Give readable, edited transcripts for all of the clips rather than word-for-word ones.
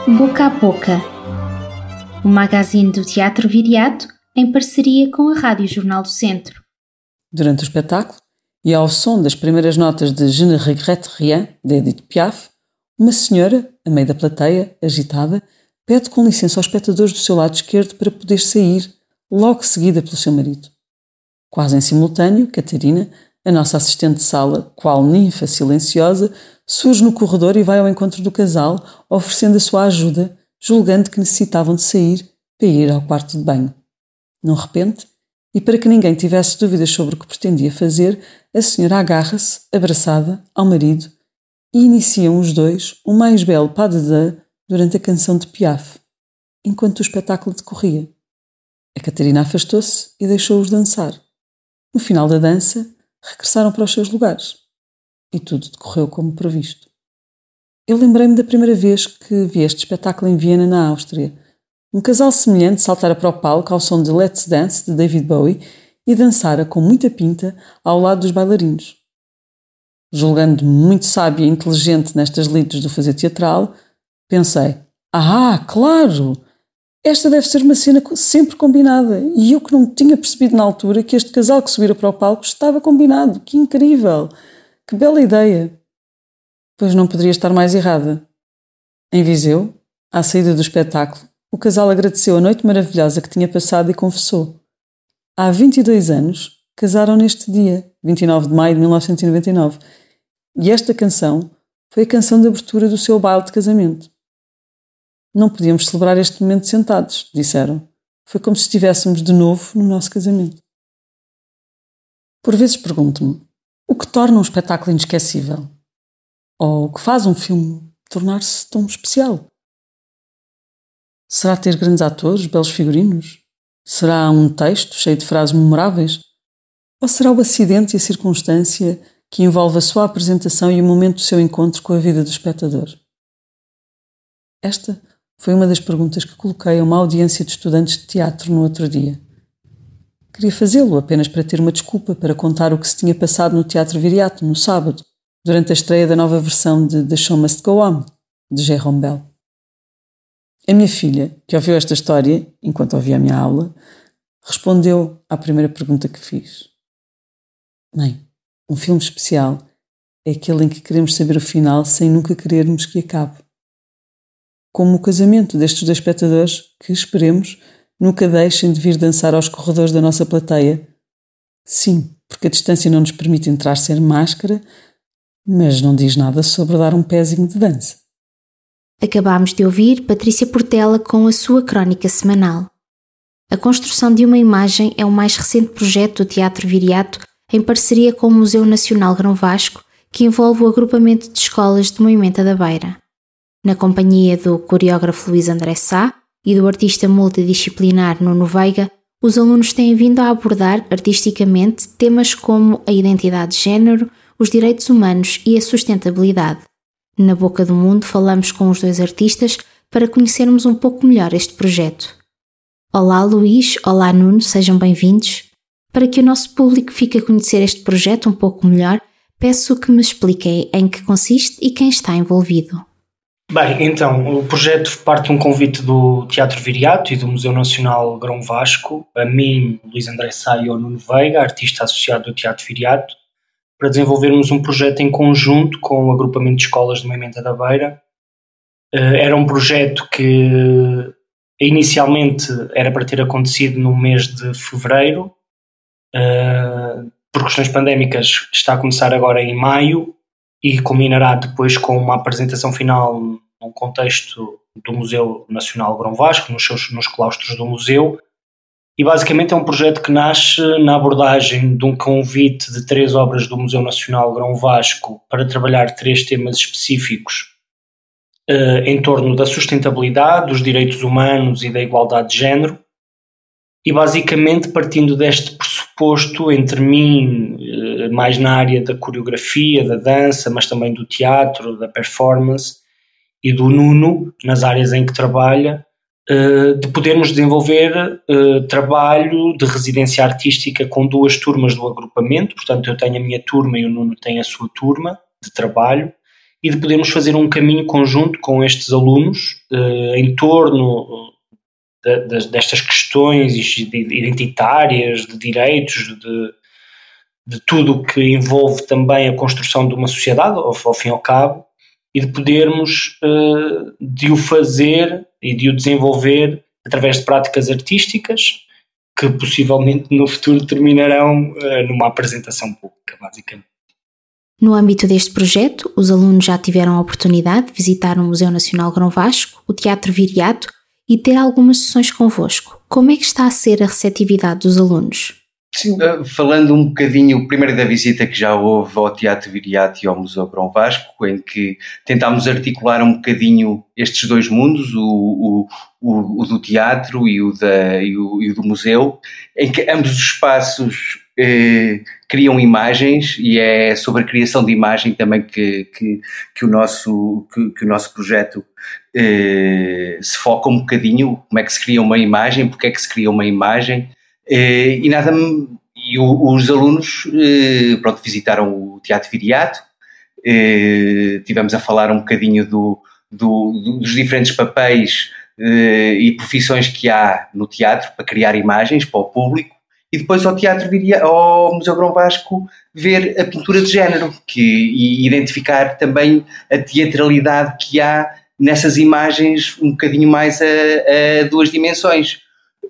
Boca a Boca, o magazine do Teatro Viriato em parceria com a Rádio Jornal do Centro. Durante o espetáculo, e ao som das primeiras notas de Je ne regrette rien, de Edith Piaf, uma senhora, a meio da plateia, agitada, pede com licença aos espectadores do seu lado esquerdo para poder sair, logo seguida pelo seu marido. Quase em simultâneo, Catarina, a nossa assistente de sala, qual ninfa silenciosa, surge no corredor e vai ao encontro do casal, oferecendo a sua ajuda, julgando que necessitavam de sair para ir ao quarto de banho. Num repente, e para que ninguém tivesse dúvidas sobre o que pretendia fazer, a senhora agarra-se, abraçada, ao marido e iniciam os dois o mais belo pas de deux durante a canção de Piaf, enquanto o espetáculo decorria. A Catarina afastou-se e deixou-os dançar. No final da dança, regressaram para os seus lugares. E tudo decorreu como previsto. Eu lembrei-me da primeira vez que vi este espetáculo em Viena, na Áustria. Um casal semelhante saltara para o palco ao som de Let's Dance, de David Bowie, e dançara com muita pinta ao lado dos bailarinos. Julgando-me muito sábia e inteligente nestas lides do fazer teatral, pensei, claro! Esta deve ser uma cena sempre combinada, e eu que não tinha percebido na altura que este casal que subira para o palco estava combinado. Que incrível! Que bela ideia! Pois não poderia estar mais errada. Em Viseu, à saída do espetáculo, o casal agradeceu a noite maravilhosa que tinha passado e confessou. Há 22 anos, casaram neste dia, 29 de maio de 1999, e esta canção foi a canção de abertura do seu baile de casamento. Não podíamos celebrar este momento sentados, disseram. Foi como se estivéssemos de novo no nosso casamento. Por vezes pergunto-me, o que torna um espetáculo inesquecível? Ou o que faz um filme tornar-se tão especial? Será ter grandes atores, belos figurinos? Será um texto cheio de frases memoráveis? Ou será o acidente e a circunstância que envolve a sua apresentação e o momento do seu encontro com a vida do espectador? Esta foi uma das perguntas que coloquei a uma audiência de estudantes de teatro no outro dia. Queria fazê-lo apenas para ter uma desculpa para contar o que se tinha passado no Teatro Viriato, no sábado, durante a estreia da nova versão de The Show Must Go On, de Jérôme Bel. A minha filha, que ouviu esta história, enquanto ouvia a minha aula, respondeu à primeira pergunta que fiz. Mãe, um filme especial é aquele em que queremos saber o final sem nunca querermos que acabe. Como o casamento destes dois espectadores que, esperemos, nunca deixem de vir dançar aos corredores da nossa plateia. Sim, porque a distância não nos permite entrar sem máscara, mas não diz nada sobre dar um pezinho de dança. Acabámos de ouvir Patrícia Portela com a sua crónica semanal. A construção de uma imagem é o mais recente projeto do Teatro Viriato em parceria com o Museu Nacional Grão Vasco, que envolve o agrupamento de escolas de Moimenta da Beira. Na companhia do coreógrafo Luís André Sá e do artista multidisciplinar Nuno Veiga, os alunos têm vindo a abordar artisticamente temas como a identidade de género, os direitos humanos e a sustentabilidade. Na Boca do Mundo falamos com os dois artistas para conhecermos um pouco melhor este projeto. Olá Luís, olá Nuno, sejam bem-vindos. Para que o nosso público fique a conhecer este projeto um pouco melhor, peço que me expliquem em que consiste e quem está envolvido. Bem, então, o projeto parte de um convite do Teatro Viriato e do Museu Nacional Grão Vasco, a mim, Luís André Sá e ao Nuno Veiga, artista associado do Teatro Viriato, para desenvolvermos um projeto em conjunto com o agrupamento de escolas de Moimenta da Beira. Era um projeto que inicialmente era para ter acontecido no mês de fevereiro, por questões pandémicas está a começar agora em maio e culminará depois com uma apresentação final num contexto do Museu Nacional Grão Vasco, nos claustros do museu. E basicamente é um projeto que nasce na abordagem de um convite de 3 obras do Museu Nacional Grão Vasco para trabalhar 3 temas específicos em torno da sustentabilidade, dos direitos humanos e da igualdade de género. E basicamente partindo deste pressuposto entre mim, mais na área da coreografia, da dança, mas também do teatro, da performance, e do Nuno, nas áreas em que trabalha, de podermos desenvolver trabalho de residência artística com 2 turmas do agrupamento. Portanto, eu tenho a minha turma e o Nuno tem a sua turma de trabalho, e de podermos fazer um caminho conjunto com estes alunos em torno destas questões identitárias, de direitos, de tudo o que envolve também a construção de uma sociedade, ao fim e ao cabo, e de podermos de o fazer e de o desenvolver através de práticas artísticas que possivelmente no futuro terminarão numa apresentação pública, basicamente. No âmbito deste projeto, os alunos já tiveram a oportunidade de visitar o Museu Nacional Grão Vasco, o Teatro Viriato e ter algumas sessões convosco. Como é que está a ser a receptividade dos alunos? Sim, falando um bocadinho primeiro da visita que já houve ao Teatro Viriato e ao Museu Grão Vasco, em que tentámos articular um bocadinho estes dois mundos, o do teatro e o do museu, em que ambos os espaços criam imagens, e é sobre a criação de imagem também que o nosso projeto se foca um bocadinho. Como é que se cria uma imagem, porque é que se cria uma imagem. Os alunos visitaram o Teatro Viriato, tivemos a falar um bocadinho dos diferentes papéis e profissões que há no teatro para criar imagens para o público, e depois ao Museu Grão Vasco ver a pintura de género e identificar também a teatralidade que há nessas imagens, um bocadinho mais a duas dimensões.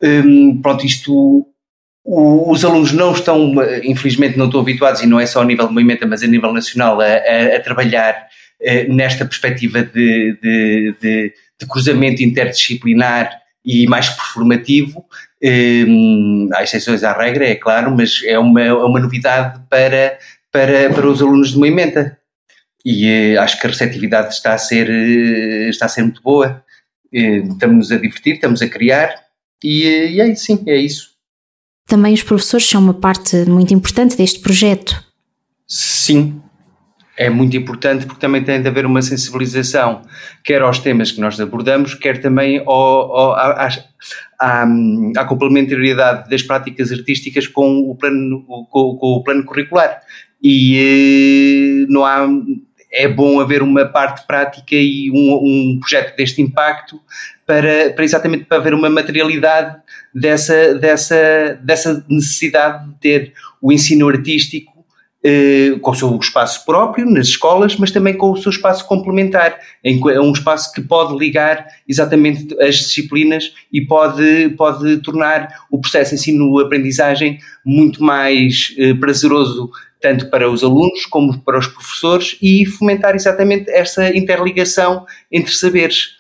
Os alunos não estão, infelizmente não estão habituados, e não é só a nível de movimento, mas a nível nacional, a trabalhar nesta perspectiva de cruzamento interdisciplinar e mais performativo. Há exceções à regra, é claro, mas é uma novidade para os alunos de movimento. E acho que a receptividade está a ser muito boa. Estamos a divertir, estamos a criar, e é isso. Também os professores são uma parte muito importante deste projeto. Sim, é muito importante, porque também tem de haver uma sensibilização, quer aos temas que nós abordamos, quer também à complementariedade das práticas artísticas com o plano curricular. E é bom haver uma parte prática e um projeto deste impacto exatamente para haver uma materialidade dessa necessidade de ter o ensino artístico com o seu espaço próprio nas escolas, mas também com o seu espaço complementar, é um espaço que pode ligar exatamente as disciplinas e pode tornar o processo de ensino-aprendizagem muito mais prazeroso, tanto para os alunos como para os professores, e fomentar exatamente essa interligação entre saberes.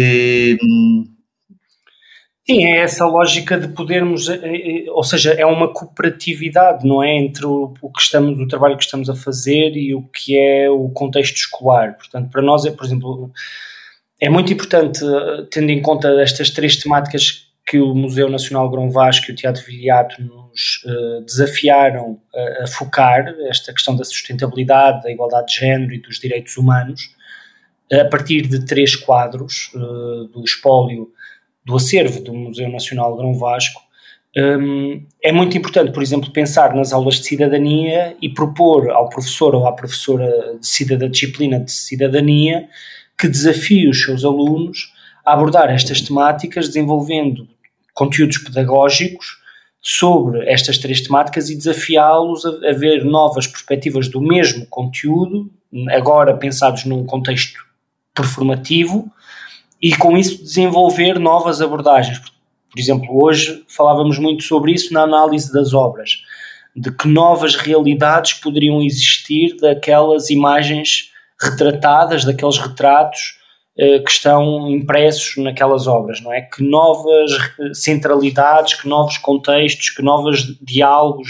Sim, é essa lógica de podermos, ou seja, é uma cooperatividade, não é, entre o trabalho que estamos a fazer e o que é o contexto escolar. Portanto, para nós, por exemplo, é muito importante, tendo em conta estas três temáticas que o Museu Nacional Grão Vasco e o Teatro Viriato nos desafiaram a focar, esta questão da sustentabilidade, da igualdade de género e dos direitos humanos, a partir de 3 quadros do espólio do acervo do Museu Nacional Grão Vasco. É muito importante, por exemplo, pensar nas aulas de cidadania e propor ao professor ou à professora da disciplina de cidadania que desafie os seus alunos a abordar estas temáticas, desenvolvendo conteúdos pedagógicos sobre estas 3 temáticas e desafiá-los a ver novas perspectivas do mesmo conteúdo, agora pensados num contexto performativo, e com isso desenvolver novas abordagens. Por exemplo, hoje falávamos muito sobre isso na análise das obras, de que novas realidades poderiam existir daquelas imagens retratadas, daqueles retratos que estão impressos naquelas obras, não é? Que novas centralidades, que novos contextos, que novos diálogos,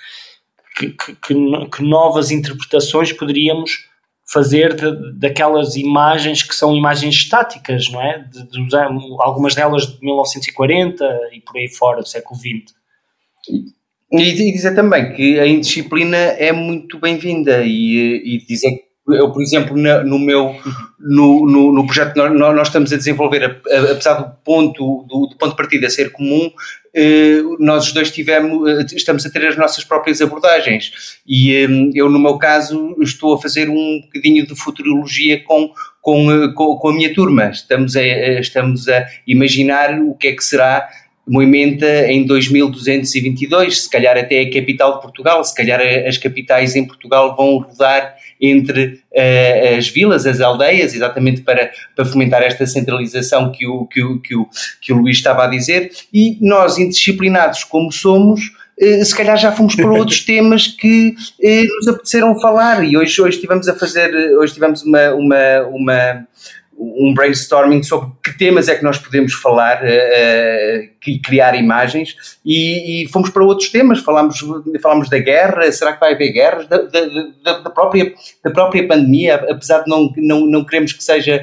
que novas interpretações poderíamos fazer daquelas imagens que são imagens estáticas, não é? Algumas delas de 1940 e por aí fora, do século XX. E dizer também que a indisciplina é muito bem-vinda, e dizer Eu, por exemplo, no projeto que nós estamos a desenvolver, apesar do ponto de partida ser comum, nós os dois estamos a ter as nossas próprias abordagens, e eu, no meu caso, estou a fazer um bocadinho de futurologia com a minha turma. Estamos a imaginar o que é que será Moimenta em 2222, se calhar até a capital de Portugal, se calhar as capitais em Portugal vão rodar entre as vilas, as aldeias, exatamente para fomentar esta centralização que o Luís estava a dizer. E nós, indisciplinados como somos, se calhar já fomos para outros temas que nos apeteceram falar, e hoje tivemos um brainstorming sobre que temas é que nós podemos falar e criar imagens, e fomos para outros temas. Falámos da guerra. Será que vai haver guerras? Da própria pandemia, apesar de não queremos que seja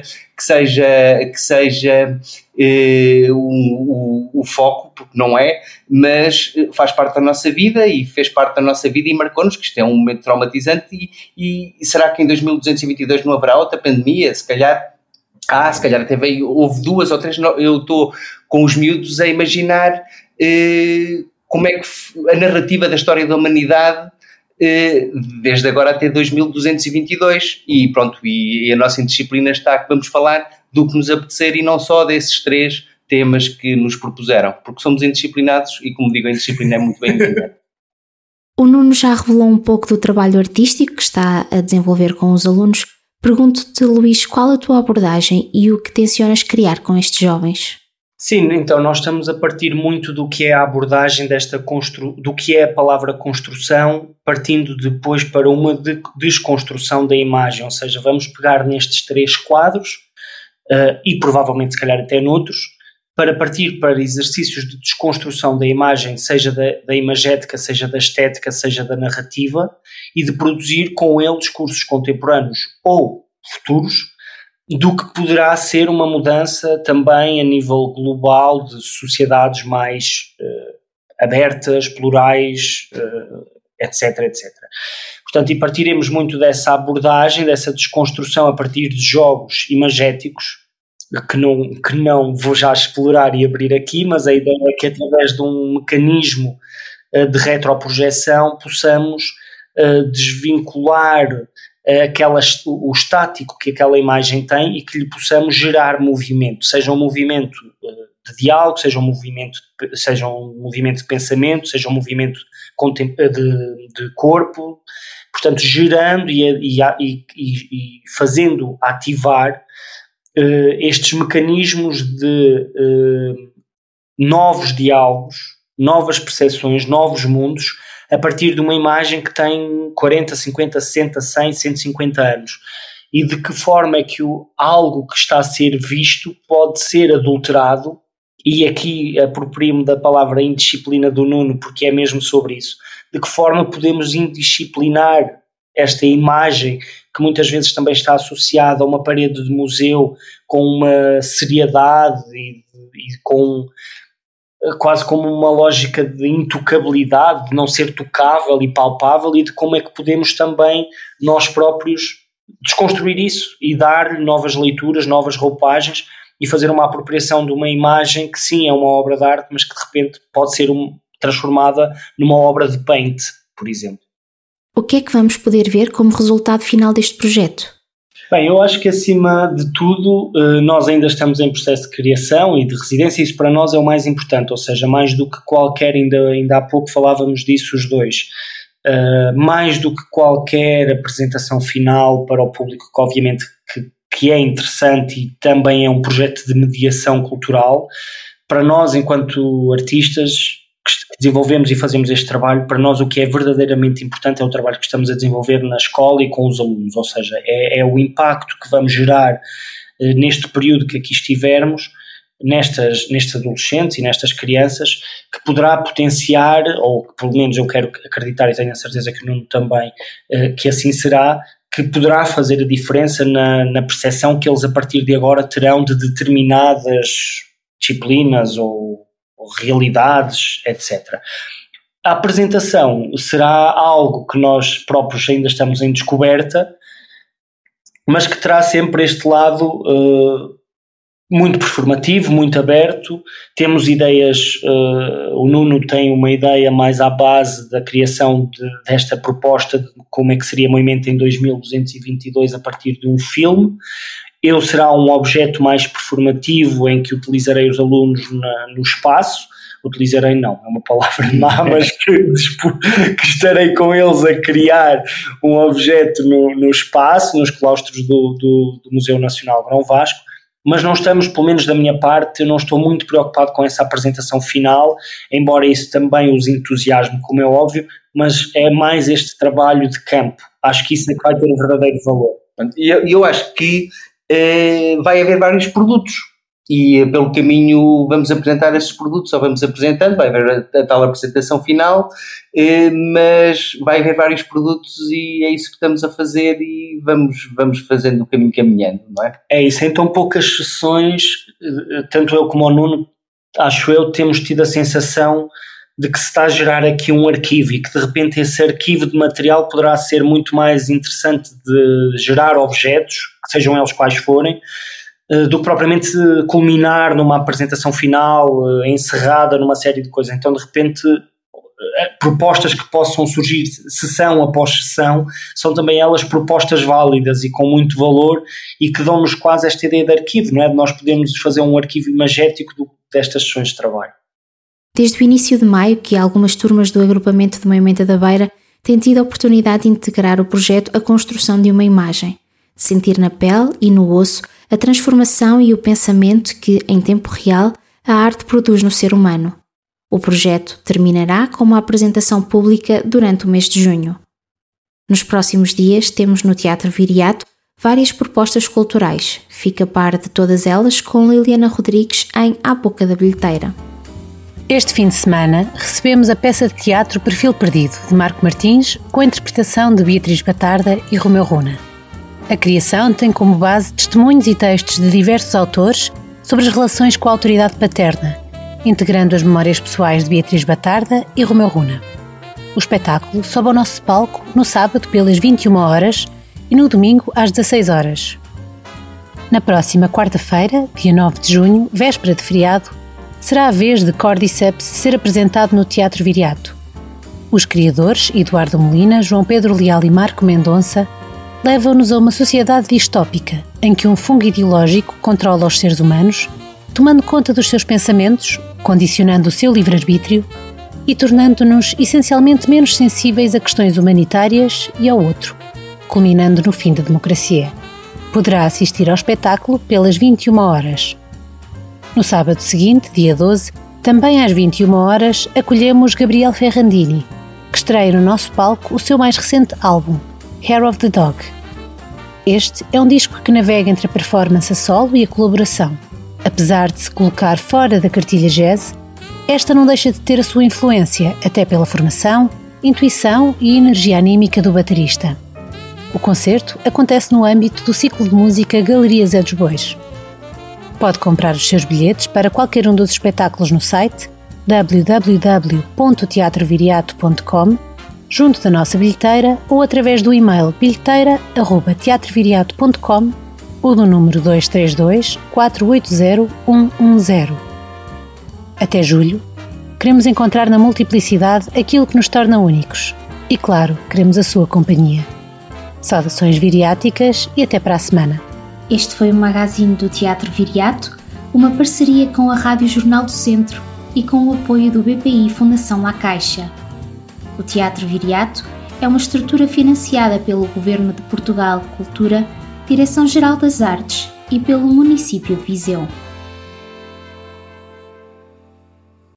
o foco, porque não é, mas faz parte da nossa vida e fez parte da nossa vida e marcou-nos, que isto é um momento traumatizante. E será que em 2222 não haverá outra pandemia? Se calhar até houve 2 ou 3. Eu estou com os miúdos a imaginar como é que a narrativa da história da humanidade desde agora até 2222, e pronto, e a nossa indisciplina está que vamos falar do que nos apetecer e não só desses 3 temas que nos propuseram, porque somos indisciplinados e, como digo, a indisciplina é muito bem-vinda. O Nuno já revelou um pouco do trabalho artístico que está a desenvolver com os alunos. Pergunto-te, Luís, qual a tua abordagem e o que tencionas criar com estes jovens? Sim, então nós estamos a partir muito do que é a abordagem do que é a palavra construção, partindo depois para uma desconstrução da imagem, ou seja, vamos pegar nestes 3 quadros e provavelmente se calhar até noutros, para partir para exercícios de desconstrução da imagem, seja da imagética, seja da estética, seja da narrativa, e de produzir com ele discursos contemporâneos ou futuros do que poderá ser uma mudança também a nível global de sociedades mais abertas, plurais, etc, etc. Portanto, e partiremos muito dessa abordagem, dessa desconstrução a partir de jogos imagéticos, que não vou já explorar e abrir aqui, mas a ideia é que através de um mecanismo de retroprojeção possamos desvincular o estático que aquela imagem tem e que lhe possamos gerar movimento, seja um movimento de diálogo, seja um movimento de pensamento, seja um movimento de corpo, portanto gerando e fazendo ativar estes mecanismos de novos diálogos, novas percepções, novos mundos, a partir de uma imagem que tem 40, 50, 60, 100, 150 anos. E de que forma é que algo que está a ser visto pode ser adulterado, e aqui aproprio-me da palavra indisciplina do Nuno, porque é mesmo sobre isso. De que forma podemos indisciplinar esta imagem que muitas vezes também está associada a uma parede de museu com uma seriedade e com quase como uma lógica de intocabilidade, de não ser tocável e palpável, e de como é que podemos também nós próprios desconstruir isso e dar novas leituras, novas roupagens e fazer uma apropriação de uma imagem que sim é uma obra de arte, mas que de repente pode ser transformada numa obra de paint, por exemplo. O que é que vamos poder ver como resultado final deste projeto? Bem, eu acho que acima de tudo nós ainda estamos em processo de criação e de residência, isso para nós é o mais importante, ou seja, mais do que qualquer, ainda há pouco falávamos disso os dois, mais do que qualquer apresentação final para o público, que obviamente que é interessante e também é um projeto de mediação cultural, para nós enquanto artistas que desenvolvemos e fazemos este trabalho, para nós o que é verdadeiramente importante é o trabalho que estamos a desenvolver na escola e com os alunos, ou seja, é o impacto que vamos gerar neste período que aqui estivermos, nestes adolescentes e nestas crianças, que poderá potenciar, ou que pelo menos eu quero acreditar e tenho a certeza que o Nuno também, que assim será, que poderá fazer a diferença na percepção que eles a partir de agora terão de determinadas disciplinas ou realidades, etc. A apresentação será algo que nós próprios ainda estamos em descoberta, mas que terá sempre este lado muito performativo, muito aberto. Temos ideias, o Nuno tem uma ideia mais à base da criação desta proposta de como é que seria Movimento em 2222 a partir de um filme. Eu será um objeto mais performativo em que utilizarei os alunos no espaço. Utilizarei não, é uma palavra má, mas que estarei com eles a criar um objeto no espaço, nos claustros do Museu Nacional Grão Vasco. Mas não estamos, pelo menos da minha parte, eu não estou muito preocupado com essa apresentação final, embora isso também os entusiasme, como é óbvio, mas é mais este trabalho de campo. Acho que isso é que vai ter um verdadeiro valor. Eu acho que vai haver vários produtos e pelo caminho vamos apresentar esses produtos, ou vamos apresentando, vai haver a tal apresentação final, mas vai haver vários produtos e é isso que estamos a fazer e vamos fazendo o caminho caminhando, não é? É isso, em tão poucas sessões, tanto eu como o Nuno, acho eu, temos tido a sensação de que se está a gerar aqui um arquivo e que de repente esse arquivo de material poderá ser muito mais interessante de gerar objetos, que sejam eles quais forem, do que propriamente culminar numa apresentação final, encerrada numa série de coisas. Então, de repente, propostas que possam surgir sessão após sessão são também elas propostas válidas e com muito valor e que dão-nos quase esta ideia de arquivo, não é? De nós podermos fazer um arquivo imagético destas sessões de trabalho. Desde o início de maio que algumas turmas do agrupamento de Moimenta da Beira têm tido a oportunidade de integrar o projeto à construção de uma imagem, de sentir na pele e no osso a transformação e o pensamento que, em tempo real, a arte produz no ser humano. O projeto terminará com uma apresentação pública durante o mês de junho. Nos próximos dias temos no Teatro Viriato várias propostas culturais. Fica a par de todas elas com Liliana Rodrigues em À Boca da Bilheteira. Este fim de semana recebemos a peça de teatro Perfil Perdido, de Marco Martins, com a interpretação de Beatriz Batarda e Romeu Runa. A criação tem como base testemunhos e textos de diversos autores sobre as relações com a autoridade paterna, integrando as memórias pessoais de Beatriz Batarda e Romeu Runa. O espetáculo sobe ao nosso palco no sábado pelas 21 horas e no domingo às 16 horas. Na próxima quarta-feira, dia 9 de junho, véspera de feriado, será a vez de Cordyceps ser apresentado no Teatro Viriato. Os criadores, Eduardo Molina, João Pedro Leal e Marco Mendonça, levam-nos a uma sociedade distópica, em que um fungo ideológico controla os seres humanos, tomando conta dos seus pensamentos, condicionando o seu livre-arbítrio e tornando-nos essencialmente menos sensíveis a questões humanitárias e ao outro, culminando no fim da democracia. Poderá assistir ao espetáculo pelas 21 horas. No sábado seguinte, dia 12, também às 21 horas, acolhemos Gabriel Ferrandini, que estreia no nosso palco o seu mais recente álbum, Hair of the Dog. Este é um disco que navega entre a performance a solo e a colaboração. Apesar de se colocar fora da cartilha jazz, esta não deixa de ter a sua influência, até pela formação, intuição e energia anímica do baterista. O concerto acontece no âmbito do ciclo de música Galeria Zé dos Bois. Pode comprar os seus bilhetes para qualquer um dos espetáculos no site www.teatroviriato.com, junto da nossa bilheteira ou através do e-mail bilheteira@teatroviriato.com ou do número 232 480 110. Até julho, queremos encontrar na multiplicidade aquilo que nos torna únicos. E claro, queremos a sua companhia. Saudações viriáticas e até para a semana. Este foi o magazine do Teatro Viriato, uma parceria com a Rádio Jornal do Centro e com o apoio do BPI Fundação La Caixa. O Teatro Viriato é uma estrutura financiada pelo Governo de Portugal Cultura, Direção-Geral das Artes e pelo município de Viseu.